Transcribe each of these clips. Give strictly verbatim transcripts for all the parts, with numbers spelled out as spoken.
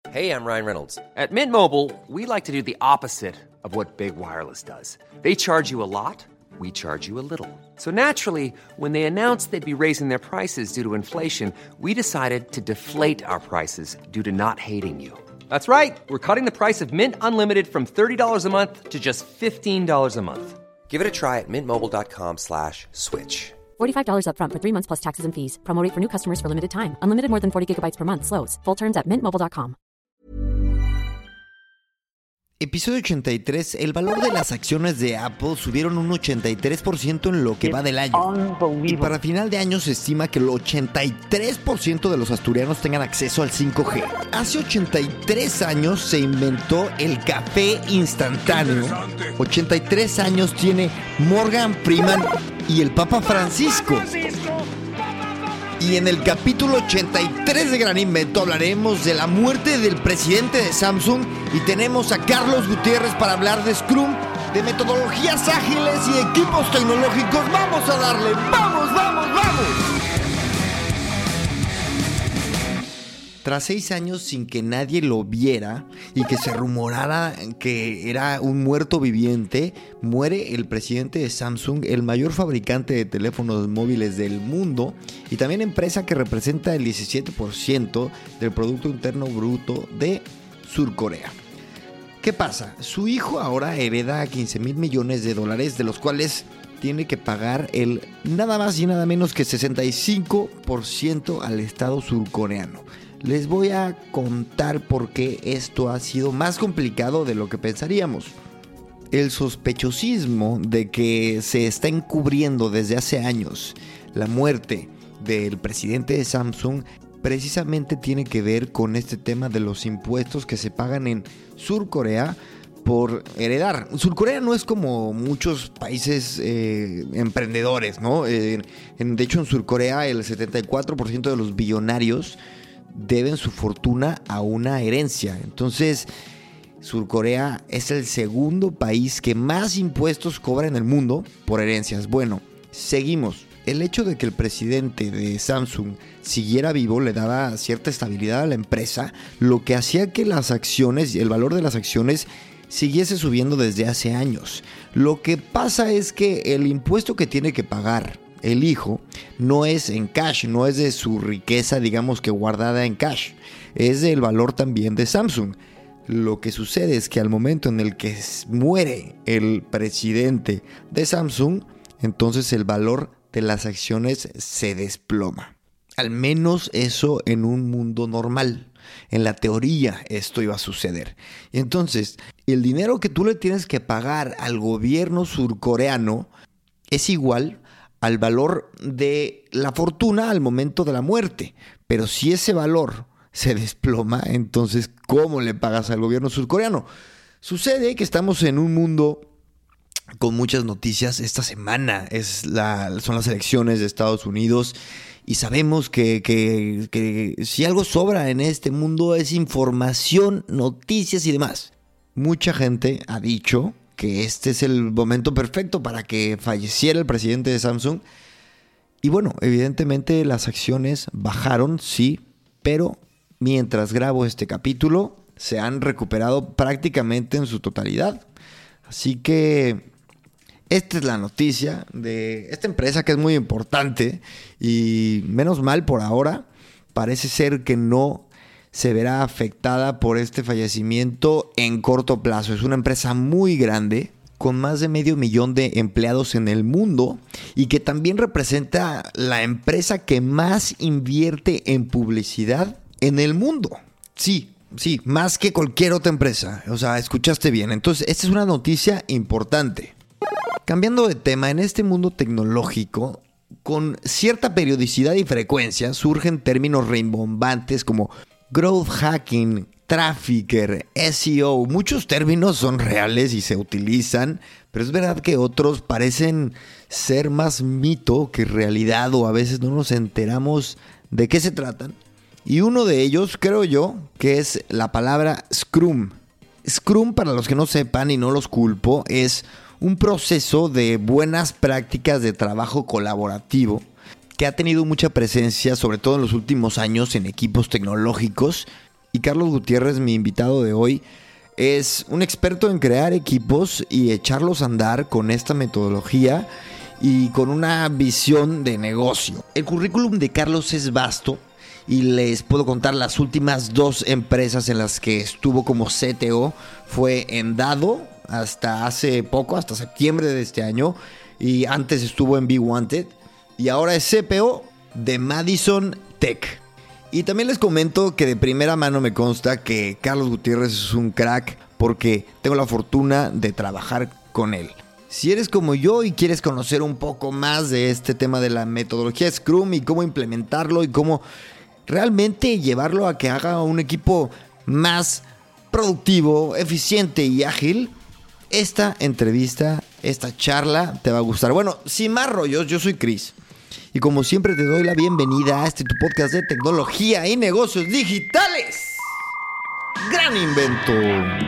Hey, I'm Ryan Reynolds. At Mint Mobile, we like to do the opposite of what Big Wireless does. They charge you a lot, we charge you a little. So naturally, when they announced they'd be raising their prices due to inflation, we decided to deflate our prices due to not hating you. That's right. We're cutting the price of Mint Unlimited from thirty dollars a month to just fifteen dollars a month. Give it a try at mintmobile.com slash switch. forty-five dollars up front for three months plus taxes and fees. Promo rate for new customers for limited time. Unlimited more than forty gigabytes per month. Slows full terms at mint mobile dot com. Episodio ochenta y tres. El valor de las acciones de Apple subieron un ochenta y tres por ciento en lo que va del año. Y para final de año se estima que el ochenta y tres por ciento de los asturianos tengan acceso al cinco G. Hace ochenta y tres años se inventó el café instantáneo. ochenta y tres años tiene Morgan Freeman y el Papa Francisco. Y en el capítulo ochenta y tres de Gran Invento hablaremos de la muerte del presidente de Samsung y tenemos a Carlos Gutiérrez para hablar de Scrum, de metodologías ágiles y equipos tecnológicos. ¡Vamos a darle! ¡Vamos, vamos, vamos! Tras seis años sin que nadie lo viera y que se rumorara que era un muerto viviente, muere el presidente de Samsung, el mayor fabricante de teléfonos móviles del mundo y también empresa que representa el diecisiete por ciento del Producto Interno Bruto de Surcorea. ¿Qué pasa? Su hijo ahora hereda quince mil millones de dólares, de los cuales tiene que pagar el nada más y nada menos que sesenta y cinco por ciento al Estado surcoreano. Les voy a contar por qué esto ha sido más complicado de lo que pensaríamos. El sospechosismo de que se está encubriendo desde hace años la muerte del presidente de Samsung precisamente tiene que ver con este tema de los impuestos que se pagan en Surcorea por heredar. Surcorea no es como muchos países eh, emprendedores, ¿no? Eh, en, de hecho, en Surcorea el setenta y cuatro por ciento de los billonarios deben su fortuna a una herencia. Entonces, Surcorea es el segundo país que más impuestos cobra en el mundo por herencias. Bueno, seguimos. El hecho de que el presidente de Samsung siguiera vivo le daba cierta estabilidad a la empresa, lo que hacía que las acciones, el valor de las acciones siguiese subiendo desde hace años. Lo que pasa es que el impuesto que tiene que pagar el hijo no es en cash, no es de su riqueza, digamos que guardada en cash, es del valor también de Samsung. Lo que sucede es que al momento en el que muere el presidente de Samsung, entonces el valor de las acciones se desploma. Al menos eso en un mundo normal. En la teoría esto iba a suceder. Entonces, el dinero que tú le tienes que pagar al gobierno surcoreano es igual al valor de la fortuna al momento de la muerte. Pero si ese valor se desploma, entonces ¿cómo le pagas al gobierno surcoreano? Sucede que estamos en un mundo con muchas noticias. Esta semana es la, son las elecciones de Estados Unidos y sabemos que, que, que si algo sobra en este mundo es información, noticias y demás. Mucha gente ha dicho que este es el momento perfecto para que falleciera el presidente de Samsung. Y bueno, evidentemente las acciones bajaron, sí, pero mientras grabo este capítulo se han recuperado prácticamente en su totalidad. Así que esta es la noticia de esta empresa que es muy importante y menos mal por ahora parece ser que no se verá afectada por este fallecimiento en corto plazo. Es una empresa muy grande con más de medio millón de empleados en el mundo y que también representa la empresa que más invierte en publicidad en el mundo. Sí, sí, más que cualquier otra empresa. O sea, escuchaste bien. Entonces, esta es una noticia importante. Cambiando de tema, en este mundo tecnológico, con cierta periodicidad y frecuencia surgen términos rimbombantes como growth hacking, trafficker, S E O. Muchos términos son reales y se utilizan, pero es verdad que otros parecen ser más mito que realidad o a veces no nos enteramos de qué se tratan. Y uno de ellos, creo yo, que es la palabra Scrum. Scrum, para los que no sepan y no los culpo, es un proceso de buenas prácticas de trabajo colaborativo que ha tenido mucha presencia, sobre todo en los últimos años, en equipos tecnológicos Y Carlos Gutiérrez, mi invitado de hoy, es un experto en crear equipos y echarlos a andar con esta metodología y con una visión de negocio. El currículum de Carlos es vasto y les puedo contar las últimas dos empresas en las que estuvo como C T O. Fue en Dado hasta hace poco, hasta septiembre de este año, y antes estuvo en Be Wanted y ahora es C P O de Madison Tech. Y también les comento que de primera mano me consta que Carlos Gutiérrez es un crack porque tengo la fortuna de trabajar con él. Si eres como yo y quieres conocer un poco más de este tema de la metodología Scrum y cómo implementarlo y cómo realmente llevarlo a que haga un equipo más productivo, eficiente y ágil, esta entrevista, esta charla te va a gustar. Bueno, sin más rollos, yo soy Chris. Y como siempre te doy la bienvenida a este tu podcast de tecnología y negocios digitales. ¡Gran invento!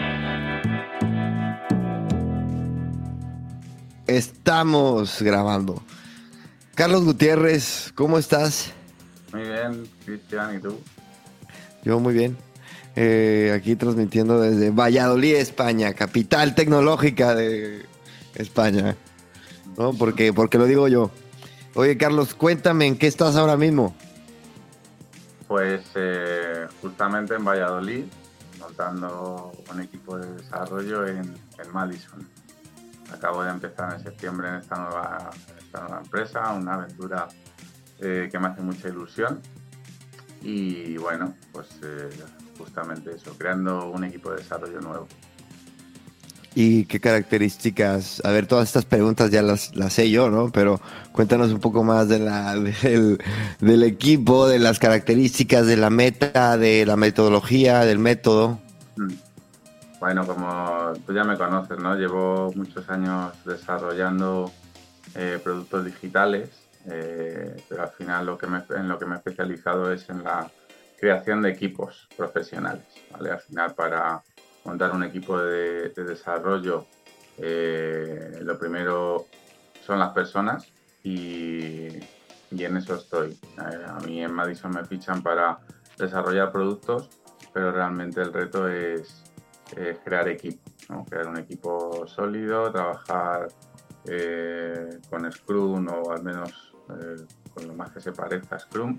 Estamos grabando. Carlos Gutiérrez, ¿cómo estás? Muy bien, Cristian, ¿y tú? Yo muy bien. Eh, aquí transmitiendo desde Valladolid, España, capital tecnológica de España. ¿No? Porque, porque lo digo yo. Oye, Carlos, cuéntame, ¿en qué estás ahora mismo? Pues eh, justamente en Valladolid, montando un equipo de desarrollo en, en Madison. Acabo de empezar en septiembre en esta nueva, esta nueva empresa, una aventura eh, que me hace mucha ilusión. Y bueno, pues eh, justamente eso, creando un equipo de desarrollo nuevo. ¿Y qué características? A ver, todas estas preguntas ya las, las sé yo, ¿no? Pero cuéntanos un poco más de la, del, del equipo, de las características, de la meta, de la metodología, del método. Bueno, como tú ya me conoces, ¿no? Llevo muchos años desarrollando eh, productos digitales, eh, pero al final lo que me, en lo que me he especializado es en la creación de equipos profesionales, ¿vale? Al final, para montar un equipo de, de desarrollo, eh, lo primero son las personas y, y en eso estoy. Eh, a mí en Madison me fichan para desarrollar productos, pero realmente el reto es, es crear equipo, ¿no? Crear un equipo sólido, trabajar eh, con Scrum o al menos eh, con lo más que se parezca a Scrum,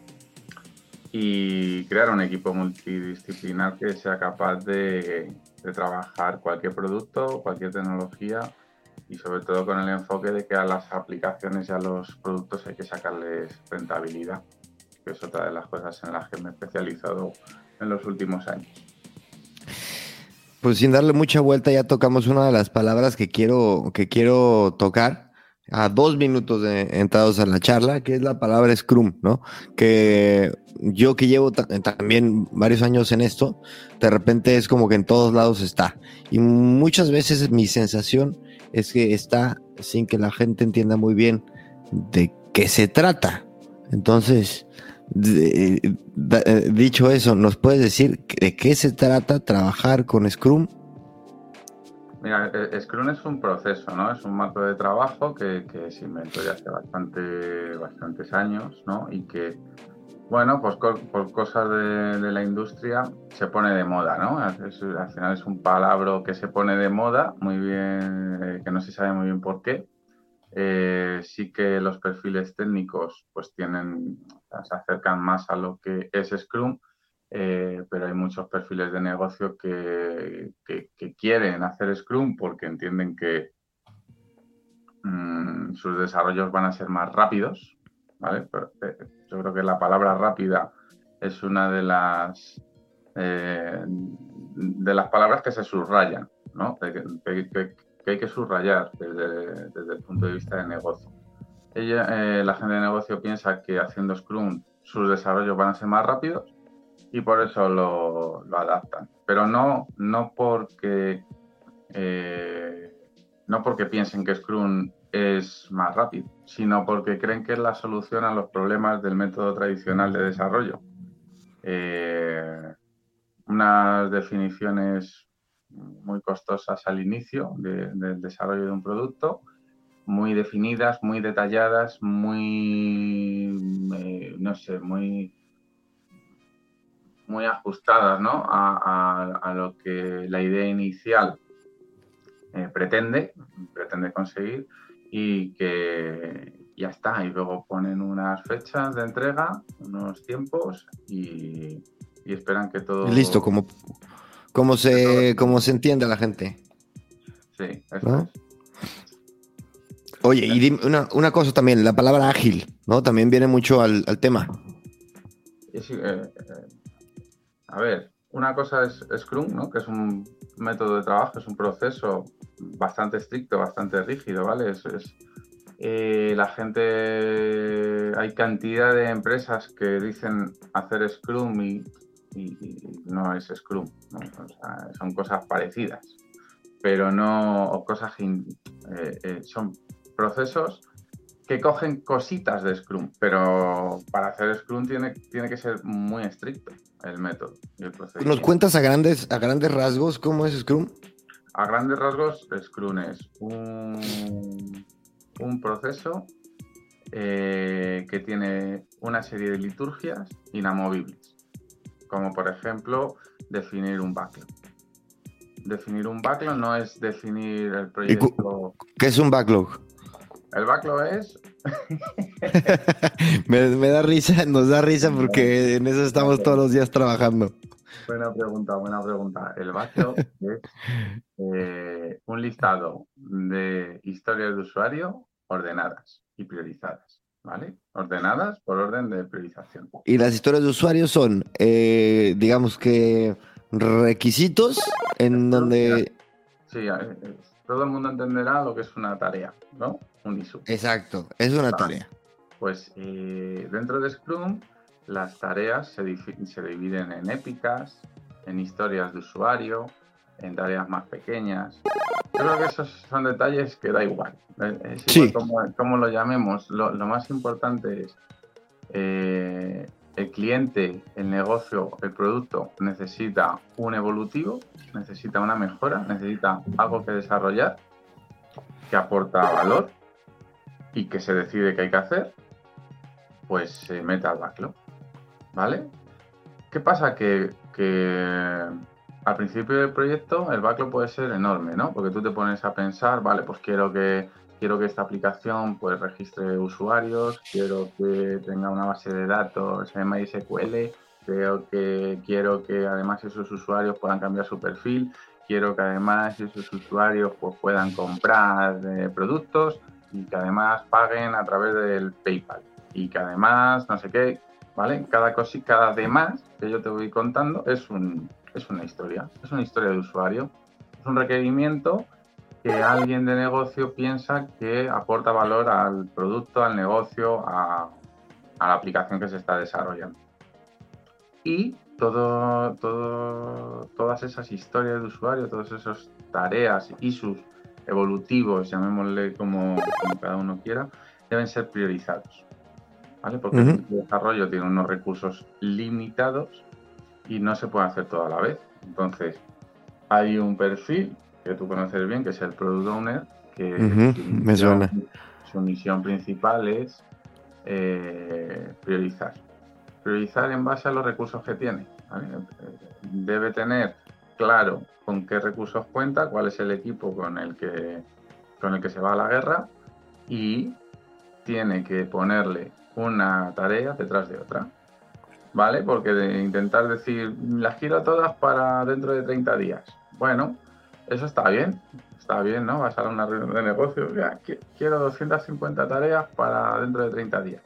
y crear un equipo multidisciplinar que sea capaz de, de trabajar cualquier producto, cualquier tecnología y sobre todo con el enfoque de que a las aplicaciones y a los productos hay que sacarles rentabilidad, que es otra de las cosas en las que me he especializado en los últimos años. Pues sin darle mucha vuelta ya tocamos una de las palabras que quiero, que quiero tocar a dos minutos de entrados a la charla, que es la palabra Scrum, ¿no? Que yo que llevo ta- también varios años en esto, de repente es como que en todos lados está. Y muchas veces mi sensación es que está sin que la gente entienda muy bien de qué se trata. Entonces, de, de, dicho eso, ¿nos puedes decir de qué se trata trabajar con Scrum? Mira, Scrum es un proceso, ¿no? Es un método de trabajo que, que se inventó ya hace bastante, bastantes años, ¿no? Y que, bueno, pues co- por cosas de, de la industria se pone de moda, ¿no? Es, al final es un palabra que se pone de moda, muy bien, eh, que no se sabe muy bien por qué. Eh, sí que los perfiles técnicos pues tienen, se acercan más a lo que es Scrum, eh, pero hay muchos perfiles de negocio que, que, que quieren hacer Scrum porque entienden que mmm, sus desarrollos van a ser más rápidos, ¿vale? Pero, eh, yo creo que la palabra rápida es una de las eh, de las palabras que se subrayan, ¿no? Que, que, que, que hay que subrayar desde, desde el punto de vista de negocio. Ella, eh, la gente de negocio piensa que haciendo Scrum sus desarrollos van a ser más rápidos y por eso lo, lo adaptan. Pero no, no porque eh, no porque piensen que Scrum es más rápido, sino porque creen que es la solución a los problemas del método tradicional de desarrollo. Eh, unas definiciones muy costosas al inicio de, del desarrollo de un producto, muy definidas, muy detalladas, muy, eh, no sé, muy, muy ajustadas, ¿no? a, a, a lo que la idea inicial eh, pretende, pretende conseguir, y que ya está. Y luego ponen unas fechas de entrega, unos tiempos y, y esperan que todo... Listo, como, como, que todo- se, como se entiende a la gente, Sí, eso ¿no? es. Oye, y dime una, una cosa también, la palabra ágil, ¿no? También viene mucho al, al tema. Es, eh, eh, a ver, una cosa es Scrum, ¿no? Que es un método de trabajo, es un proceso bastante estricto, bastante rígido, ¿vale? Es, es, eh, la gente, hay cantidad de empresas que dicen hacer Scrum y, y- y no es Scrum, ¿no? O sea, son cosas parecidas, pero no, o cosas, in- eh, eh, son procesos que cogen cositas de Scrum, pero para hacer Scrum tiene, tiene que ser muy estricto el método y el ¿Nos procedimiento. cuentas a grandes, a grandes rasgos cómo es Scrum? A grandes rasgos, Scrum es un, un proceso eh, que tiene una serie de liturgias inamovibles, como por ejemplo definir un backlog. Definir un backlog no es definir el ¿Y cu- proyecto. qué es un backlog? El backlog es... me, me da risa, nos da risa porque en eso estamos todos los días trabajando. Buena pregunta, buena pregunta. El backlog es eh, un listado de historias de usuario ordenadas y priorizadas, ¿vale? Ordenadas por orden de priorización. Y las historias de usuarios son, eh, digamos que, requisitos en Mira, donde... sí, eh, eh, todo el mundo entenderá lo que es una tarea, ¿no? Un issue. Exacto, es una Vale. tarea. Pues eh, dentro de Scrum, las tareas se, difi- se dividen en épicas, en historias de usuario, en tareas más pequeñas. Yo creo que esos son detalles que da igual. Eh, Es igual Sí. como, como lo llamemos. Lo, lo más importante es eh, el cliente, el negocio, el producto necesita un evolutivo, necesita una mejora, necesita algo que desarrollar, que aporta valor y que se decide que hay que hacer, pues se mete al backlog, ¿vale? ¿Qué pasa? Que, que al principio del proyecto el backlog puede ser enorme, ¿no? Porque tú te pones a pensar, vale, pues quiero que, quiero que esta aplicación pues registre usuarios, quiero que tenga una base de datos en MySQL, creo que quiero que además esos usuarios puedan cambiar su perfil, quiero que además esos usuarios pues puedan comprar eh, productos y que además paguen a través del PayPal y que además no sé qué, ¿vale? Cada cosa y cada demás que yo te voy contando es, un, es una historia, es una historia de usuario, es un requerimiento que alguien de negocio piensa que aporta valor al producto, al negocio, a, a la aplicación que se está desarrollando. Y todo, todo, todas esas historias de usuario, todas esas tareas y sus evolutivos, llamémosle como, como cada uno quiera, deben ser priorizados. ¿Vale? Porque Ujú. el equipo de desarrollo tiene unos recursos limitados y no se puede hacer todo a la vez. Entonces, hay un perfil que tú conoces bien, que es el Product Owner, que Ujú, su, me misión, suena. su misión principal es eh, priorizar. Priorizar en base a los recursos que tiene, ¿vale? Debe tener claro con qué recursos cuenta, cuál es el equipo con el que, con el que se va a la guerra y tiene que ponerle una tarea detrás de otra, ¿vale? Porque de intentar decir, las quiero todas para dentro de treinta días. Bueno, eso está bien, está bien, ¿no? Vas a una reunión de negocio, ya, quiero doscientas cincuenta tareas para dentro de treinta días.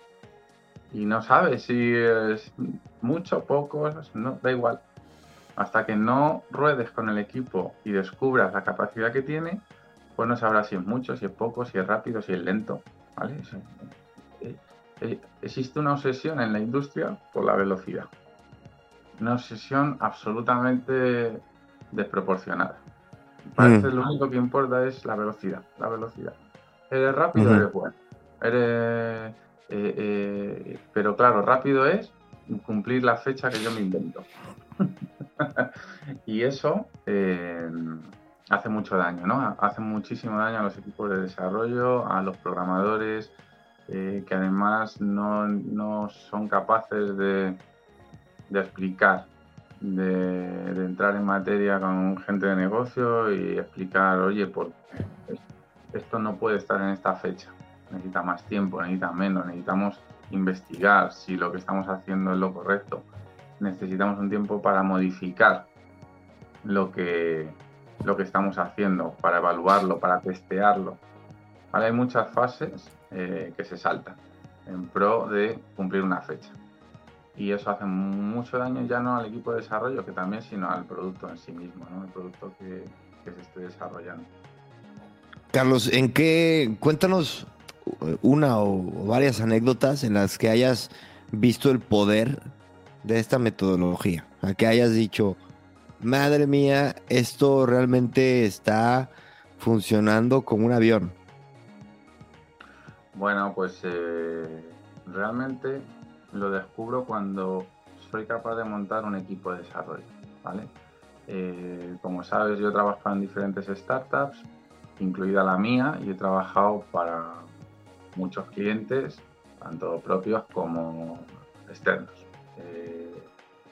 Y no sabes si es mucho, poco, no, da igual. Hasta que no ruedes con el equipo y descubras la capacidad que tiene, pues no sabrás si es mucho, si es poco, si es rápido, si es lento, ¿vale? Eh, eh, existe una obsesión en la industria por la velocidad. Una obsesión absolutamente desproporcionada. Parece Mm, lo único que importa es la velocidad, la velocidad. Eres rápido, ujú. eres bueno. Eres, eh, eh, pero claro, rápido es cumplir la fecha que yo me invento. Y eso eh, hace mucho daño, ¿no? Hace muchísimo daño a los equipos de desarrollo, a los programadores, eh, que además no, no son capaces de, de explicar, de, de entrar en materia con gente de negocio y explicar, oye, por esto no puede estar en esta fecha, necesita más tiempo, necesita menos, necesitamos investigar si lo que estamos haciendo es lo correcto, necesitamos un tiempo para modificar lo que, lo que estamos haciendo, para evaluarlo, para testearlo. ¿Vale? Hay muchas fases eh, que se saltan en pro de cumplir una fecha. Y eso hace mucho daño ya no al equipo de desarrollo, que también, sino al producto en sí mismo, ¿no? El producto que, que se esté desarrollando. Carlos, ¿en qué? Cuéntanos una o varias anécdotas en las que hayas visto el poder de esta metodología. A que hayas dicho, madre mía, esto realmente está funcionando como un avión. Bueno, pues eh, realmente lo descubro cuando soy capaz de montar un equipo de desarrollo, ¿vale? Eh, como sabes, yo he trabajado en diferentes startups, incluida la mía, y he trabajado para muchos clientes, tanto propios como externos. Eh,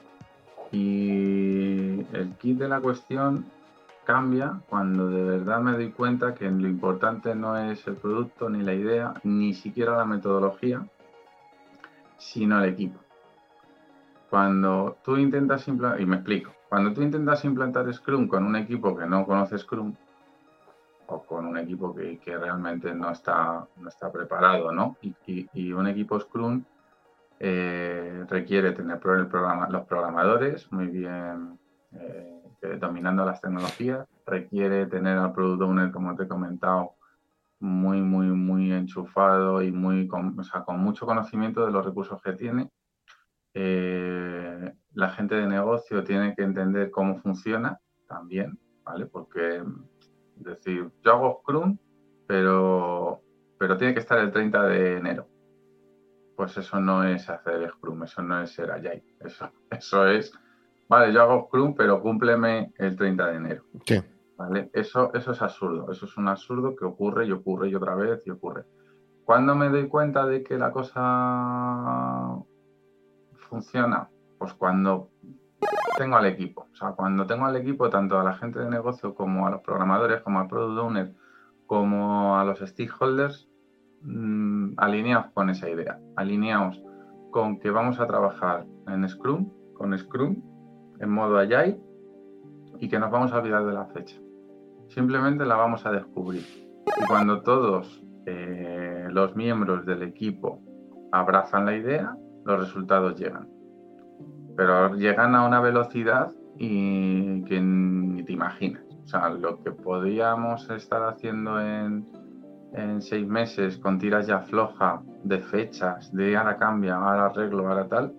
y el kit de la cuestión cambia cuando de verdad me doy cuenta que lo importante no es el producto, ni la idea, ni siquiera la metodología, sino el equipo. Cuando tú intentas implantar, y me explico, cuando tú intentas implantar Scrum con un equipo que no conoce Scrum, o con un equipo que, que realmente no está, no está preparado, ¿no? Y, y, y un equipo Scrum eh, requiere tener el programa, los programadores muy bien eh, dominando las tecnologías, requiere tener al Product Owner, como te he comentado, muy, muy, muy enchufado y muy con, o sea, con mucho conocimiento de los recursos que tiene. Eh, la gente de negocio tiene que entender cómo funciona también, ¿vale? Porque, es decir, yo hago Scrum, pero, pero tiene que estar el treinta de enero. Pues eso no es hacer Scrum, eso no es ser Agile. Eso, eso es, vale, yo hago Scrum, pero cúmpleme el treinta de enero. Sí. ¿Vale? Eso, eso es absurdo, eso es un absurdo que ocurre y ocurre y otra vez y ocurre. ¿Cuándo me doy cuenta de que la cosa funciona? Pues cuando tengo al equipo. O sea, cuando tengo al equipo, tanto a la gente de negocio como a los programadores, como al product owner, como a los stakeholders, mmm, alineados con esa idea. Alineados con que vamos a trabajar en Scrum, con Scrum, en modo Agile, y que nos vamos a olvidar de la fecha. Simplemente la vamos a descubrir. Y cuando todos eh, los miembros del equipo abrazan la idea, los resultados llegan. Pero llegan a una velocidad y que ni te imaginas. O sea, lo que podíamos estar haciendo en, en seis meses con tiras ya flojas de fechas, de ahora cambia, ahora arreglo, ahora tal,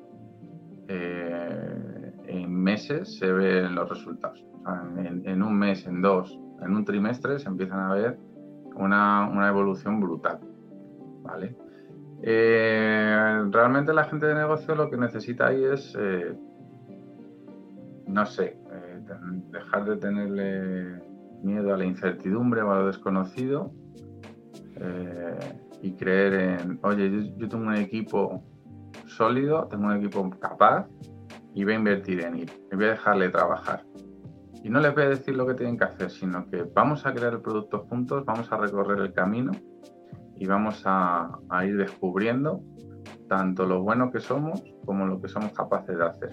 eh, en meses se ven los resultados. O sea, en, en un mes, en dos, en un trimestre se empiezan a ver una, una evolución brutal, ¿vale? Eh, realmente la gente de negocio lo que necesita ahí es, eh, no sé, eh, dejar de tenerle miedo a la incertidumbre o a lo desconocido eh, y creer en, oye, yo, yo tengo un equipo sólido, tengo un equipo capaz y voy a invertir en él, y voy a dejarle trabajar. Y no les voy a decir lo que tienen que hacer, sino que vamos a crear el producto juntos, vamos a recorrer el camino y vamos a, a ir descubriendo tanto lo bueno que somos como lo que somos capaces de hacer.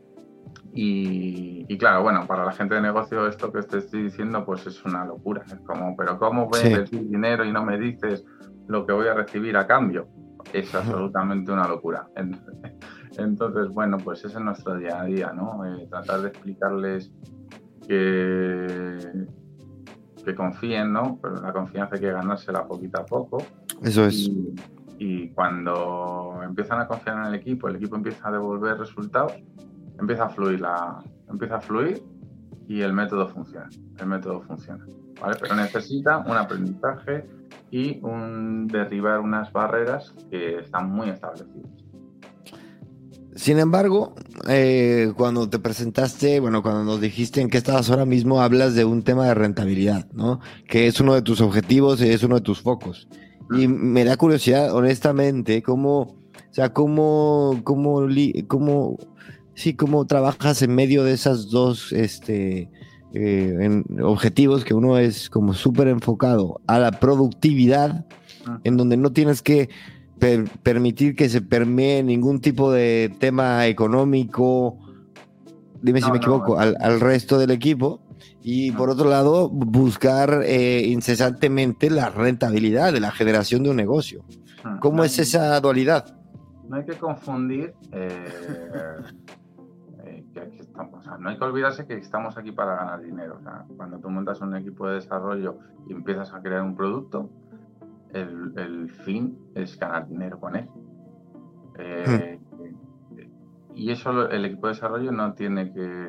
Y, y claro, bueno, para la gente de negocio esto que te estoy diciendo pues es una locura. Es como, pero ¿cómo voy a invertir sí. dinero y no me dices lo que voy a recibir a cambio? Es absolutamente una locura. Entonces, bueno, pues ese es nuestro día a día, ¿no? Eh, tratar de explicarles que, que confíen, ¿no? Pero la confianza hay que ganársela poquito a poco. Eso es. Y, y cuando empiezan a confiar en el equipo, el equipo empieza a devolver resultados, empieza a fluir la, empieza a fluir y el método funciona. El método funciona, ¿vale? Pero necesita un aprendizaje y un derribar unas barreras que están muy establecidas. Sin embargo, eh, cuando te presentaste, bueno, cuando nos dijiste en qué estabas ahora mismo, hablas de un tema de rentabilidad, ¿no? Que es uno de tus objetivos y es uno de tus focos. Y me da curiosidad, honestamente, cómo, o sea, cómo, cómo, cómo sí, cómo trabajas en medio de esas dos este, eh, en objetivos, que uno es como súper enfocado a la productividad, Ujú. en donde no tienes que per- permitir que se permee ningún tipo de tema económico, dime si No, me no, equivoco, al, al resto del equipo. Y no, por otro lado, buscar eh, incesantemente la rentabilidad de la generación de un negocio. ¿Cómo no es hay, esa dualidad? no hay que confundir eh, eh, que aquí estamos. O sea, no hay que olvidarse que estamos aquí para ganar dinero. O sea, cuando tú montas un equipo de desarrollo y empiezas a crear un producto, el, el fin es ganar dinero con él. Eh, y eso lo- el equipo de desarrollo no tiene que,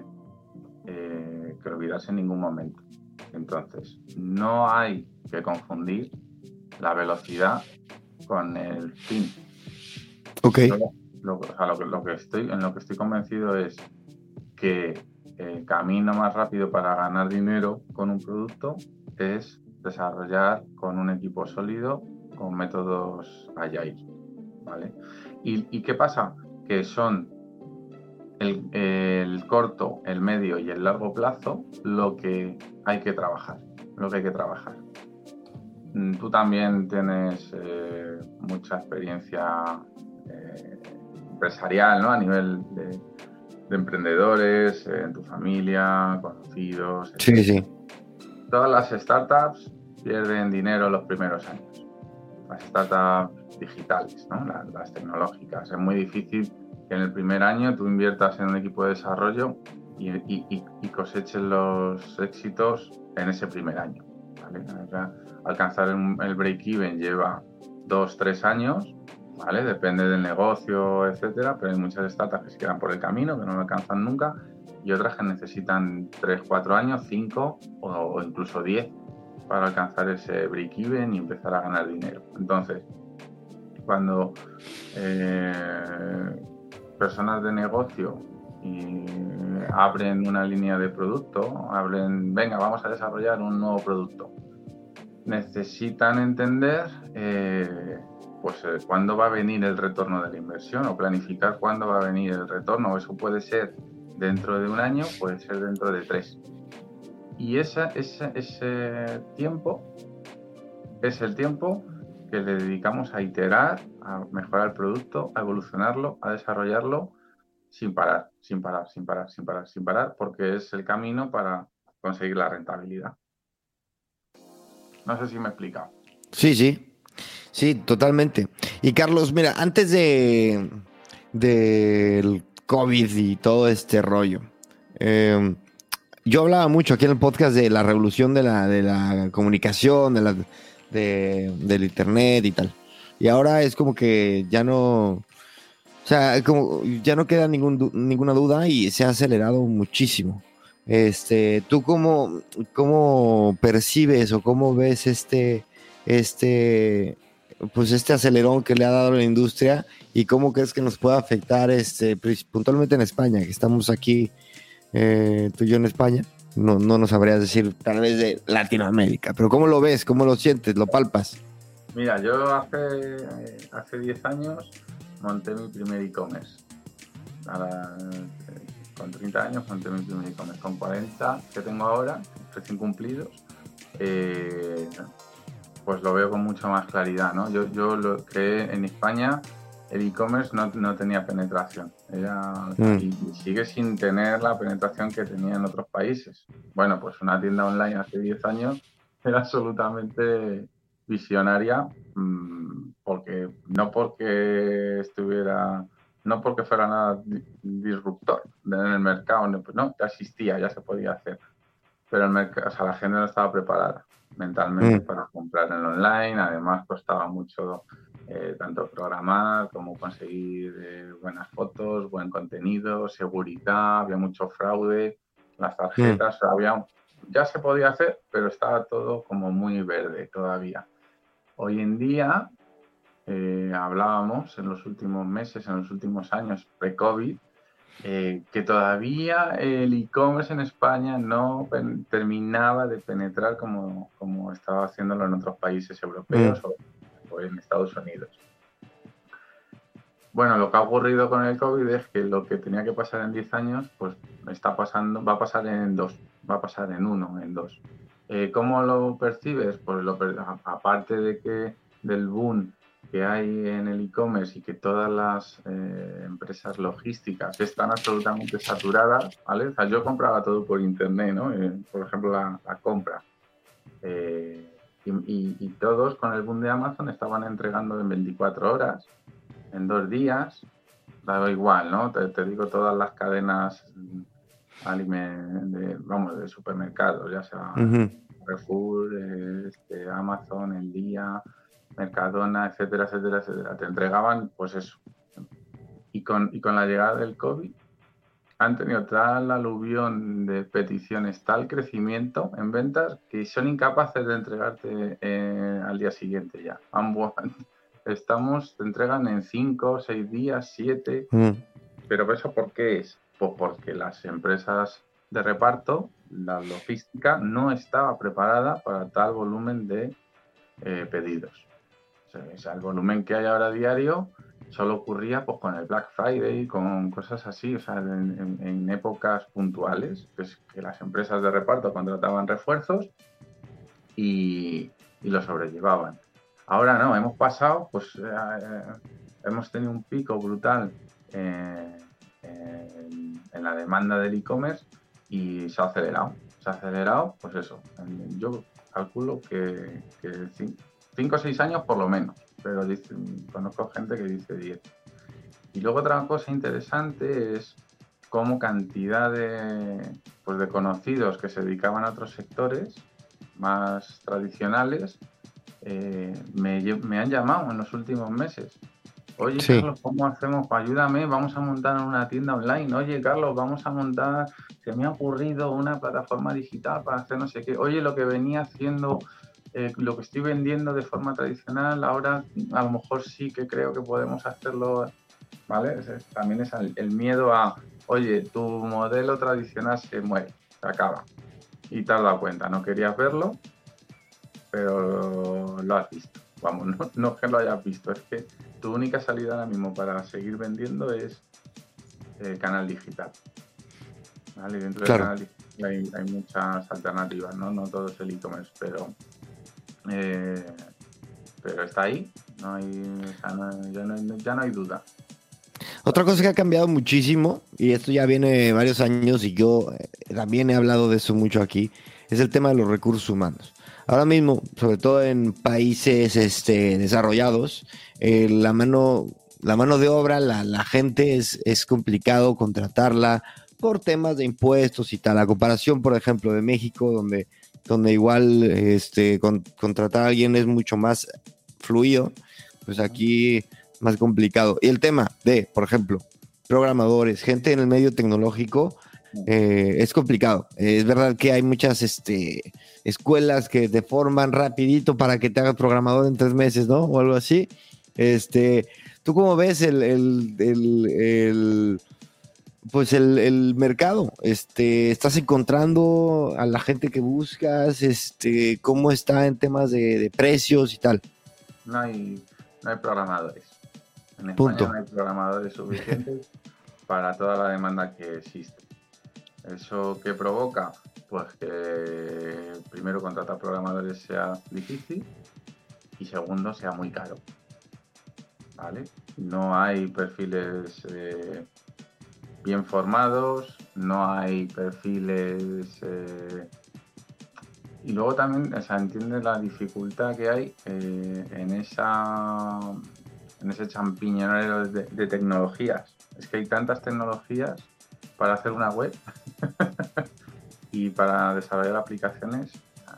eh, que olvidarse en ningún momento. Entonces, no hay que confundir la velocidad con el fin. Ok. Yo lo, lo- o sea, lo que, lo que estoy, en lo que estoy convencido es que el camino más rápido para ganar dinero con un producto es desarrollar con un equipo sólido, con métodos Agile, ¿vale? ¿Y, y qué pasa? Que son el, el corto, el medio y el largo plazo lo que hay que trabajar, lo que hay que trabajar. Tú también tienes eh, mucha experiencia eh, empresarial, ¿no? A nivel de, de emprendedores, eh, en tu familia, conocidos, Sí, etcétera. sí. Todas las startups pierden dinero los primeros años. Las startups digitales, ¿no? Las, las tecnológicas. Es muy difícil que en el primer año tú inviertas en un equipo de desarrollo y, y, y coseches los éxitos en ese primer año, ¿vale? Alcanzar el, el break-even lleva dos, tres años, ¿vale? Depende del negocio, etcétera, pero hay muchas startups que se quedan por el camino, que no lo alcanzan nunca, y otras que necesitan tres, cuatro años, cinco o, o incluso diez para alcanzar ese break-even y empezar a ganar dinero. Entonces, cuando eh, personas de negocio y abren una línea de producto, abren, venga, vamos a desarrollar un nuevo producto, necesitan entender eh, pues eh, cuándo va a venir el retorno de la inversión o planificar cuándo va a venir el retorno. Eso puede ser dentro de un año, puede ser dentro de tres. Y esa, ese, ese tiempo es el tiempo que le dedicamos a iterar, a mejorar el producto, a evolucionarlo, a desarrollarlo sin parar, sin parar, sin parar, sin parar, sin parar, porque es el camino para conseguir la rentabilidad. No sé si me he explicado. Sí, sí. Sí, totalmente. Y Carlos, mira, antes de del COVID y todo este rollo, eh, yo hablaba mucho aquí en el podcast de la revolución de la, de la comunicación, de la, de, del internet y tal. Y ahora es como que ya no, o sea, como ya no queda ningún, du- ninguna duda y se ha acelerado muchísimo. Este, ¿tú cómo, cómo percibes o cómo ves este, este, pues este acelerón que le ha dado la industria y cómo crees que nos puede afectar este, pues, puntualmente en España, que estamos aquí eh, tú y yo en España? No, no nos sabrías decir tal vez de Latinoamérica, pero ¿cómo lo ves? ¿Cómo lo sientes? ¿Lo palpas? Mira, yo hace, hace diez años monté mi primer e-commerce. Ahora, eh, con treinta años monté mi primer e-commerce. Con cuarenta que tengo ahora, recién cumplidos, eh, pues lo veo con mucha más claridad, ¿no? Yo, yo lo que en España el e-commerce no, no tenía penetración. Era, Mm. y, y sigue sin tener la penetración que tenía en otros países. Bueno, pues una tienda online hace diez años era absolutamente visionaria, mmm, porque no porque estuviera, no porque fuera nada disruptor en el mercado, no, no, ya existía, ya se podía hacer, pero el mercado, o sea, la gente no estaba preparada mentalmente Mm. para comprar en online. Además costaba mucho eh, tanto programar como conseguir eh, buenas fotos, buen contenido, seguridad, había mucho fraude, las Mm. tarjetas, había, ya se podía hacer, pero estaba todo como muy verde todavía. Hoy en día, eh, hablábamos en los últimos meses, en los últimos años, pre-COVID, eh, que todavía el e-commerce en España no pen- terminaba de penetrar como, como estaba haciéndolo en otros países Mm. europeos o, o en Estados Unidos. Bueno, lo que ha ocurrido con el COVID es que lo que tenía que pasar en diez años, pues está pasando, va a pasar en dos, va a pasar en uno, en dos. Eh, ¿Cómo lo percibes? Pues lo, aparte de que del boom que hay en el e-commerce y que todas las eh, empresas logísticas están absolutamente saturadas, ¿vale? O sea, yo compraba todo por internet, ¿no? Eh, por ejemplo, la, la compra. Eh, y, y, y todos con el boom de Amazon estaban entregando en veinticuatro horas, en dos días, daba igual, ¿no? Te, te digo todas las cadenas de, vamos, de supermercados, ya sea uh-huh. Carrefour, este, Amazon, El Día, Mercadona, etcétera, etcétera, etcétera. Te entregaban, pues eso. Y con, y con la llegada del COVID han tenido tal aluvión de peticiones, tal crecimiento en ventas, que son incapaces de entregarte eh, al día siguiente ya. Estamos, te entregan en cinco, seis días, siete. Mm. ¿Pero eso por qué es? Pues porque las empresas de reparto, la logística, no estaba preparada para tal volumen de eh, pedidos. O sea, o sea, el volumen que hay ahora diario solo ocurría pues, con el Black Friday, con cosas así, o sea, en, en, en épocas puntuales, que, es que las empresas de reparto contrataban refuerzos y, y lo sobrellevaban. Ahora no, hemos pasado, pues eh, eh, hemos tenido un pico brutal eh, en, en la demanda del e-commerce y se ha acelerado. Se ha acelerado, pues eso, yo calculo que, que cinco o seis años por lo menos, pero dice, conozco gente que dice diez. Y luego otra cosa interesante es cómo cantidad de, pues de conocidos que se dedicaban a otros sectores más tradicionales eh, me, me han llamado en los últimos meses. Oye, sí. Carlos, ¿cómo hacemos? Ayúdame, vamos a montar una tienda online. Oye, Carlos, vamos a montar, se me ha ocurrido una plataforma digital para hacer no sé qué. Oye, lo que venía haciendo, eh, lo que estoy vendiendo de forma tradicional, ahora a lo mejor sí que creo que podemos hacerlo, ¿vale? Es, es, también es el, el miedo a, oye, tu modelo tradicional se muere, se acaba. Y te has dado cuenta, no querías verlo, pero lo has visto. Vamos, no, no es que lo hayas visto, es que tu única salida ahora mismo para seguir vendiendo es el canal digital. ¿Vale? Y dentro claro. del canal digital hay, hay muchas alternativas, ¿no? No todo es el e-commerce, pero, eh, pero está ahí, no hay, o sea, no, ya, no, ya no hay duda. Otra cosa que ha cambiado muchísimo, y esto ya viene varios años y yo también he hablado de eso mucho aquí, es el tema de los recursos humanos. Ahora mismo, sobre todo en países este, desarrollados, eh, la mano, la mano de obra, la, la gente es, es complicado contratarla por temas de impuestos y tal. A comparación, por ejemplo, de México, donde, donde igual este, con, contratar a alguien es mucho más fluido, pues aquí más complicado. Y el tema de, por ejemplo, programadores, gente en el medio tecnológico, eh, es complicado. Eh, es verdad que hay muchas este, escuelas que te forman rapidito para que te hagas programador en tres meses, ¿no? O algo así. Este, ¿tú cómo ves el, el, el, el pues el, el mercado? Este, ¿estás encontrando a la gente que buscas? Este, ¿cómo está en temas de, de precios y tal? No hay, no hay programadores. En España Punto. No hay programadores suficientes para toda la demanda que existe. ¿Eso qué provoca? Pues que primero contratar programadores sea difícil y segundo sea muy caro. ¿Vale? No hay perfiles eh, bien formados, no hay perfiles... Eh, y luego también, o sea, entiende la dificultad que hay eh, en esa... en ese champiñonero de, de tecnologías. Es que hay tantas tecnologías para hacer una web y para desarrollar aplicaciones,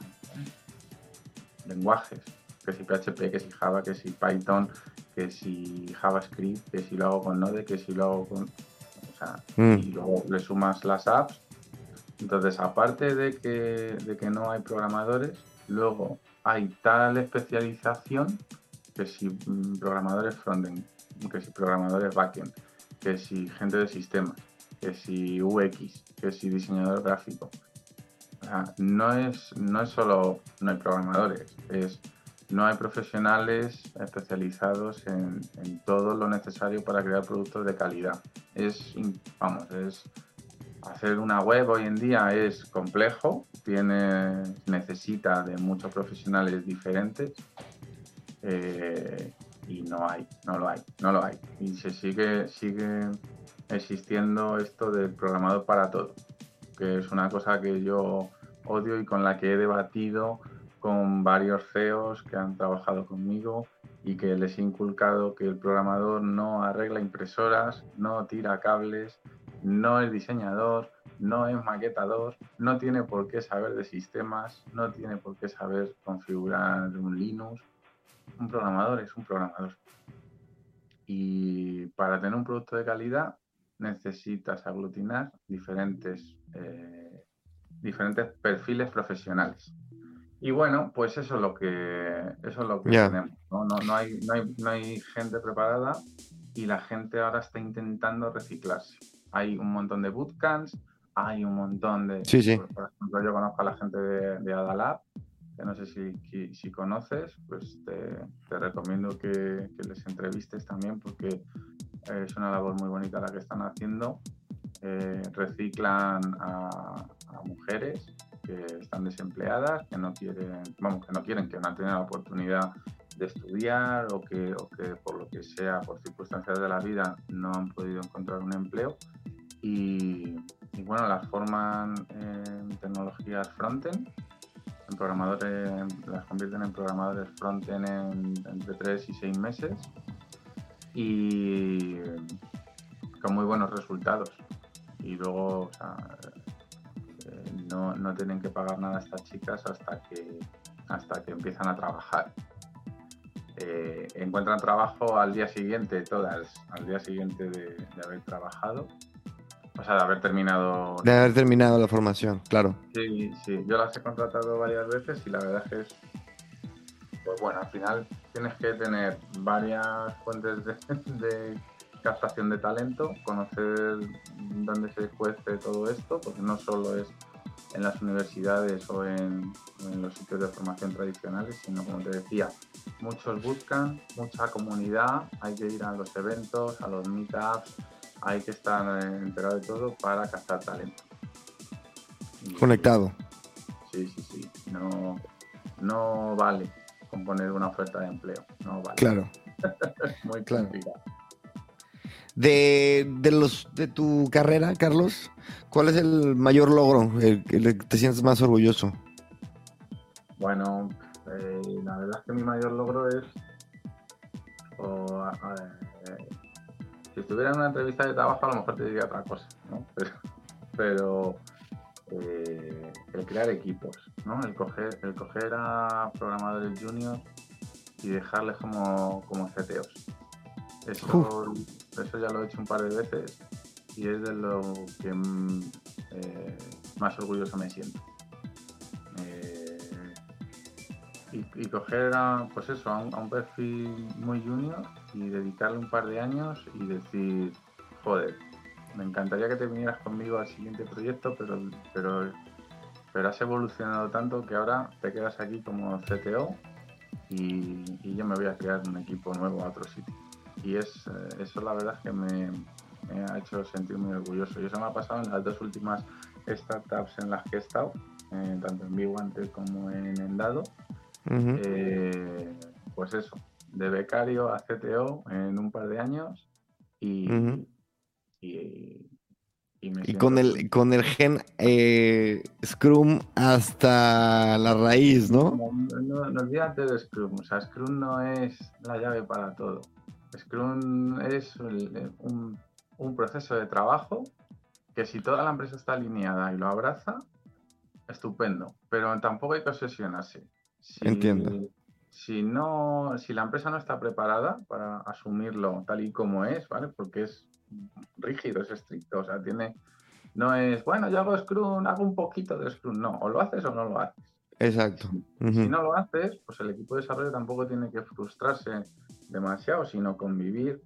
lenguajes, que si P H P, que si Java, que si Python, que si JavaScript, que si lo hago con Node, que si lo hago con... O sea, mm. y luego le sumas las apps. Entonces, aparte de que, de que no hay programadores, luego hay tal especialización que si programadores frontend, que si programadores backend, que si gente de sistemas, que si U X, que si diseñador gráfico. O sea, no es, no es solo no hay programadores, es no hay profesionales especializados en, en todo lo necesario para crear productos de calidad. Es, vamos, es hacer una web hoy en día es complejo, tiene, necesita de muchos profesionales diferentes eh, y no hay, no lo hay, no lo hay. Y se sigue, sigue existiendo esto del programador para todo, que es una cosa que yo odio y con la que he debatido con varios C E Os que han trabajado conmigo y que les he inculcado que el programador no arregla impresoras, no tira cables, no es diseñador, no es maquetador, no tiene por qué saber de sistemas, no tiene por qué saber configurar un Linux. Un programador es un programador. Y para tener un producto de calidad necesitas aglutinar diferentes, eh, diferentes perfiles profesionales. Y bueno, pues eso es lo que, eso es lo que Yeah. tenemos, ¿no? No, no, hay, no, hay, no hay gente preparada y la gente ahora está intentando reciclarse. Hay un montón de bootcamps, hay un montón de... Sí, sí. Por, por ejemplo, yo conozco a la gente de, de Adalab, que no sé si, si, si conoces, pues te, te recomiendo que, que les entrevistes también porque es una labor muy bonita la que están haciendo. Eh, reciclan a, a mujeres que están desempleadas, que no quieren, vamos, que no quieren, que no han tenido la oportunidad de estudiar o que, o que por lo que sea, por circunstancias de la vida, no han podido encontrar un empleo y, y bueno, las forman en tecnologías frontend, en programadores, las convierten en programadores frontend en, entre tres y seis meses y con muy buenos resultados. Y luego, o sea, eh, no, no tienen que pagar nada a estas chicas hasta que, hasta que empiezan a trabajar. Eh, encuentran trabajo al día siguiente, todas, al día siguiente de, de haber trabajado, o sea, de haber terminado. De haber terminado la formación, claro. Sí, sí, yo las he contratado varias veces y la verdad es que es, pues bueno, al final tienes que tener varias fuentes de, de captación de talento, conocer dónde se cuece todo esto, porque no solo es en las universidades o en, en los sitios de formación tradicionales, sino, como te decía, muchos buscan, mucha comunidad, hay que ir a los eventos, a los meetups, hay que estar enterado de todo para captar talento. Y, Conectado. Sí, sí, sí. No, no vale con poner una oferta de empleo, no vale. Claro. Muy Claro. complicado. De, de los de tu carrera, Carlos, ¿cuál es el mayor logro, el que te sientes más orgulloso? Bueno, eh, la verdad es que mi mayor logro es, o, a, a, eh, si estuviera en una entrevista de trabajo a lo mejor te diría otra cosa, ¿no? Pero, pero eh, el crear equipos, ¿no? El coger, el coger a programadores juniors y dejarles como, como C T Os. Eso, eso ya lo he hecho un par de veces y es de lo que eh, más orgulloso me siento. Eh, y, y coger a, pues eso, a un, a un perfil muy junior y dedicarle un par de años y decir, joder, me encantaría que te vinieras conmigo al siguiente proyecto, pero, pero, pero has evolucionado tanto que ahora te quedas aquí como C T O y, y yo me voy a crear un equipo nuevo a otro sitio. Y es, eso la verdad es que me, me ha hecho sentir muy orgulloso. Y eso me ha pasado en las dos últimas startups en las que he estado, eh, tanto en Biguante como en Endado. Uh-huh. Eh, pues eso, de becario a C T O en un par de años y, uh-huh. y, y, me y con el con el gen eh, Scrum hasta la raíz, ¿no? No, no, no olvídate de Scrum. O sea, Scrum no es la llave para todo. Scrum es el, un, un proceso de trabajo que si toda la empresa está alineada y lo abraza, estupendo, pero tampoco hay que obsesionarse. Si, Entiendo. Si, no, si la empresa no está preparada para asumirlo tal y como es, ¿vale? Porque es rígido, es estricto, o sea, tiene, no es, bueno, yo hago Scrum, hago un poquito de Scrum, no, o lo haces o no lo haces. Exacto. Si, uh-huh. si no lo haces, pues el equipo de desarrollo tampoco tiene que frustrarse demasiado, sino convivir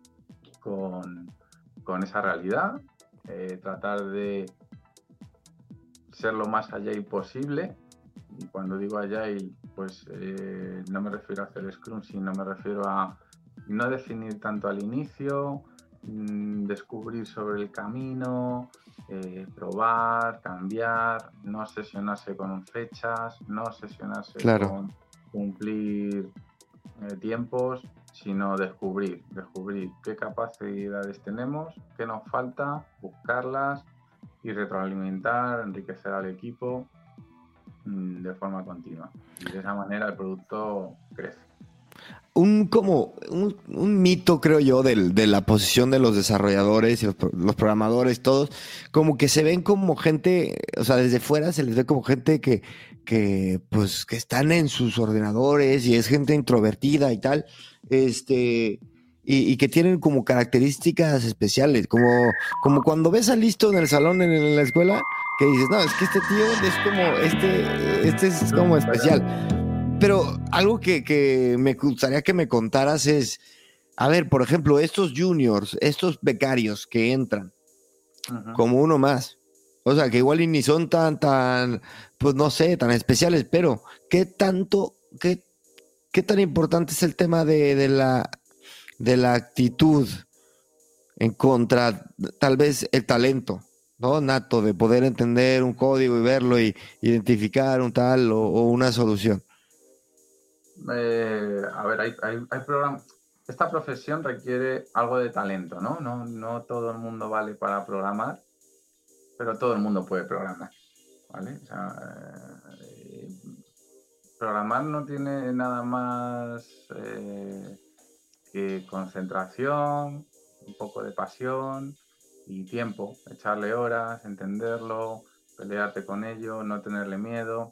con, con esa realidad, eh, tratar de ser lo más agile posible. Y cuando digo agile, pues eh, no me refiero a hacer Scrum, sino me refiero a no definir tanto al inicio, mmm, descubrir sobre el camino, eh, probar, cambiar, no obsesionarse con fechas, no obsesionarse Claro. con cumplir eh, tiempos, sino descubrir, descubrir qué capacidades tenemos, qué nos falta, buscarlas y retroalimentar, enriquecer al equipo mmm, de forma continua. Y de esa manera el producto crece. Un como un, un mito, creo yo, del, de la posición de los desarrolladores y los, los programadores, todos, como que se ven como gente, o sea, desde fuera se les ve como gente que, que pues, que están en sus ordenadores y es gente introvertida y tal, este, y, y que tienen como características especiales, como, como cuando ves a Listo en el salón en, en la escuela, que dices, no, es que este tío es como, este, este es como especial. Pero algo que, que me gustaría que me contaras es, a ver, por ejemplo, estos juniors, estos becarios que entran, uh-huh. como uno más, o sea, que igual y ni son tan, tan, pues no sé, tan especiales, pero ¿qué tanto, qué, qué tan importante es el tema de, de, la, de la actitud en contra, tal vez, el talento, ¿no? Nato, de poder entender un código y verlo y identificar un tal o, o una solución? Eh, a ver, hay, hay, hay programas. Esta profesión requiere algo de talento, ¿no? ¿no? No todo el mundo vale para programar, pero todo el mundo puede programar, ¿vale? O sea, eh, programar no tiene nada más eh, que concentración, un poco de pasión y tiempo, echarle horas, entenderlo, pelearte con ello, no tenerle miedo.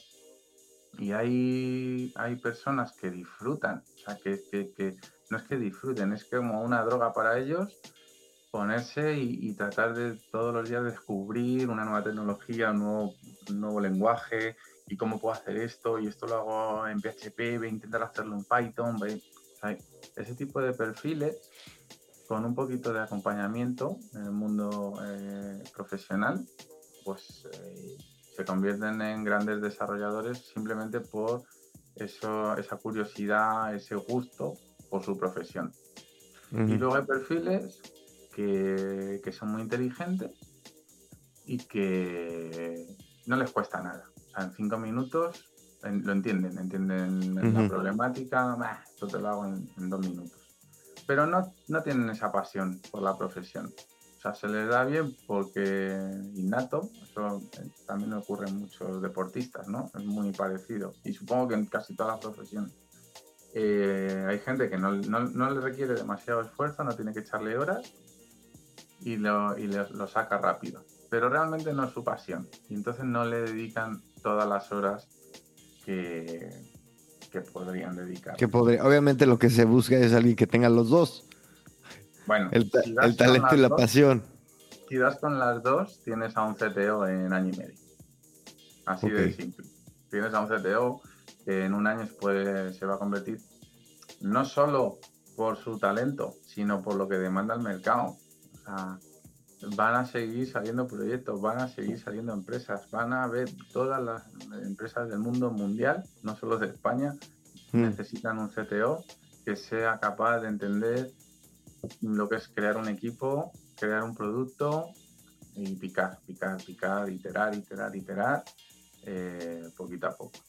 Y hay, hay personas que disfrutan, o sea, que, que, que no es que disfruten, es como una droga para ellos ponerse y, y tratar de todos los días descubrir una nueva tecnología, un nuevo, un nuevo lenguaje y cómo puedo hacer esto y esto lo hago en P H P, voy a intentar hacerlo en Python. Voy, o sea, ese tipo de perfiles con un poquito de acompañamiento en el mundo eh, profesional, pues... Eh, se convierten en grandes desarrolladores simplemente por eso, esa curiosidad, ese gusto por su profesión. Uh-huh. Y luego hay perfiles que, que son muy inteligentes y que no les cuesta nada. O sea, en cinco minutos en, lo entienden, entienden uh-huh. la problemática, bah, esto te lo hago en, en dos minutos. Pero no, no tienen esa pasión por la profesión. O sea, se les da bien porque innato, eso también ocurre en muchos deportistas, ¿no? Es muy parecido. Y supongo que en casi todas las profesiones. Eh, hay gente que no, no, no le requiere demasiado esfuerzo, no tiene que echarle horas y, lo, y lo, lo saca rápido. Pero realmente no es su pasión. Y entonces no le dedican todas las horas que, que podrían dedicar. Que podría, obviamente lo que se busca es alguien que tenga los dos. Bueno, el, ta- si el talento y la dos, pasión. Si das con las dos, tienes a un C T O en año y medio. Así okay. de simple. Tienes a un C T O que en un año después se va a convertir no solo por su talento, sino por lo que demanda el mercado. O sea, van a seguir saliendo proyectos, van a seguir saliendo empresas, van a ver todas las empresas del mundo mundial, no solo de España, mm. necesitan un C T O que sea capaz de entender lo que es crear un equipo, crear un producto y picar, picar, picar, iterar, iterar, iterar, eh, poquito a poco.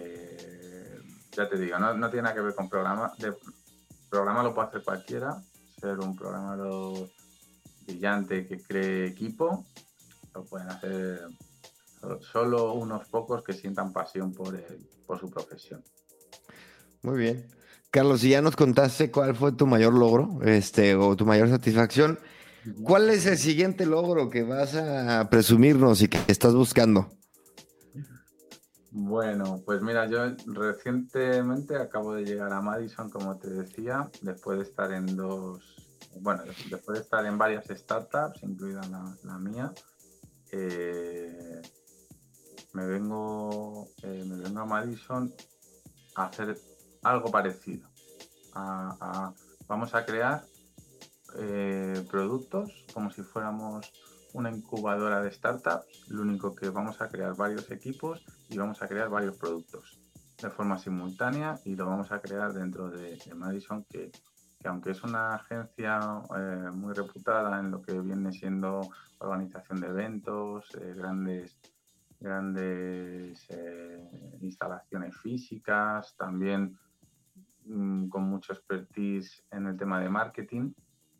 Eh, ya te digo, no, no tiene nada que ver con programa. De, programa lo puede hacer cualquiera, ser un programador brillante que cree equipo, lo pueden hacer solo unos pocos que sientan pasión por, el, por su profesión. Muy bien. Carlos, si ya nos contaste cuál fue tu mayor logro, este, o tu mayor satisfacción, ¿cuál es el siguiente logro que vas a presumirnos y que estás buscando? Bueno, pues mira, yo recientemente acabo de llegar a Madison, como te decía, después de estar en dos, bueno, después de estar en varias startups, incluida la, la mía, eh, me vengo, eh, me vengo a Madison a hacer algo parecido. A, a, vamos a crear eh, productos como si fuéramos una incubadora de startups. Lo único que vamos a crear varios equipos y vamos a crear varios productos. de forma simultánea y lo vamos a crear dentro de, de Madison, que, que aunque es una agencia eh, muy reputada en lo que viene siendo organización de eventos, eh, grandes, grandes eh, instalaciones físicas, también mmm, con mucho expertise en el tema de marketing,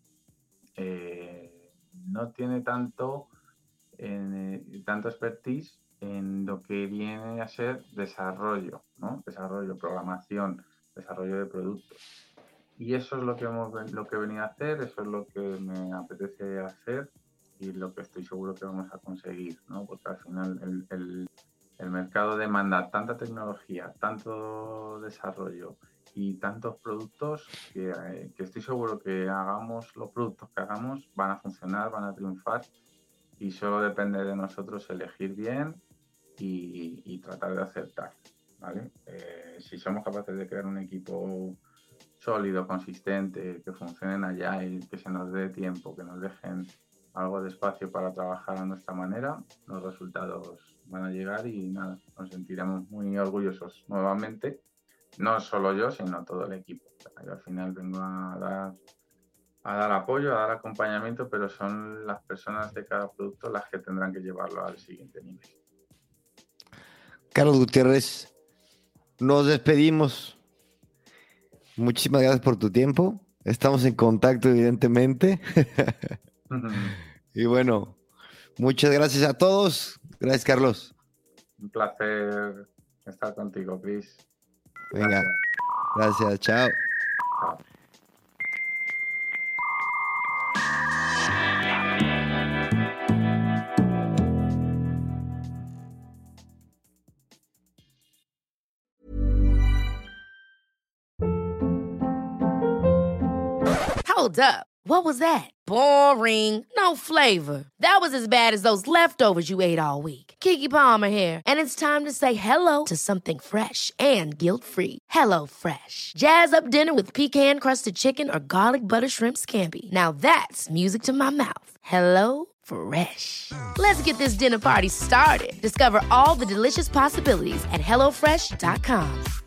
eh, no tiene tanto, eh, tanto expertise en lo que viene a ser desarrollo, ¿no? Desarrollo, programación, desarrollo de productos. Y eso es lo que hemos lo que he venido a hacer, eso es lo que me apetece hacer y lo que estoy seguro que vamos a conseguir, ¿no? Porque al final el, el, el mercado demanda tanta tecnología, tanto desarrollo y tantos productos que, eh, que estoy seguro que hagamos los productos que hagamos van a funcionar, van a triunfar y solo depende de nosotros elegir bien y, y tratar de acertar, ¿vale? Eh, si somos capaces de crear un equipo sólido, consistente, que funcionen allá y que se nos dé tiempo, que nos dejen algo de espacio para trabajar a nuestra manera, los resultados van a llegar y nada, nos sentiremos muy orgullosos nuevamente, no solo yo, sino todo el equipo. Yo al final vengo a dar, a dar apoyo, a dar acompañamiento, pero son las personas de cada producto las que tendrán que llevarlo al siguiente nivel. Carlos Gutiérrez, nos despedimos. Muchísimas gracias por tu tiempo. Estamos en contacto, evidentemente. Y bueno, muchas gracias a todos. Gracias, Carlos. Un placer estar contigo, Chris. Venga, gracias, gracias. Chao. Chao. Hold up. What was that? Boring. No flavor. That was as bad as those leftovers you ate all week. Keke Palmer here, and it's time to say hello to something fresh and guilt-free. Hello Fresh. Jazz up dinner with pecan-crusted chicken or garlic butter shrimp scampi. Now that's music to my mouth. Hello Fresh. Let's get this dinner party started. Discover all the delicious possibilities at hello fresh dot com.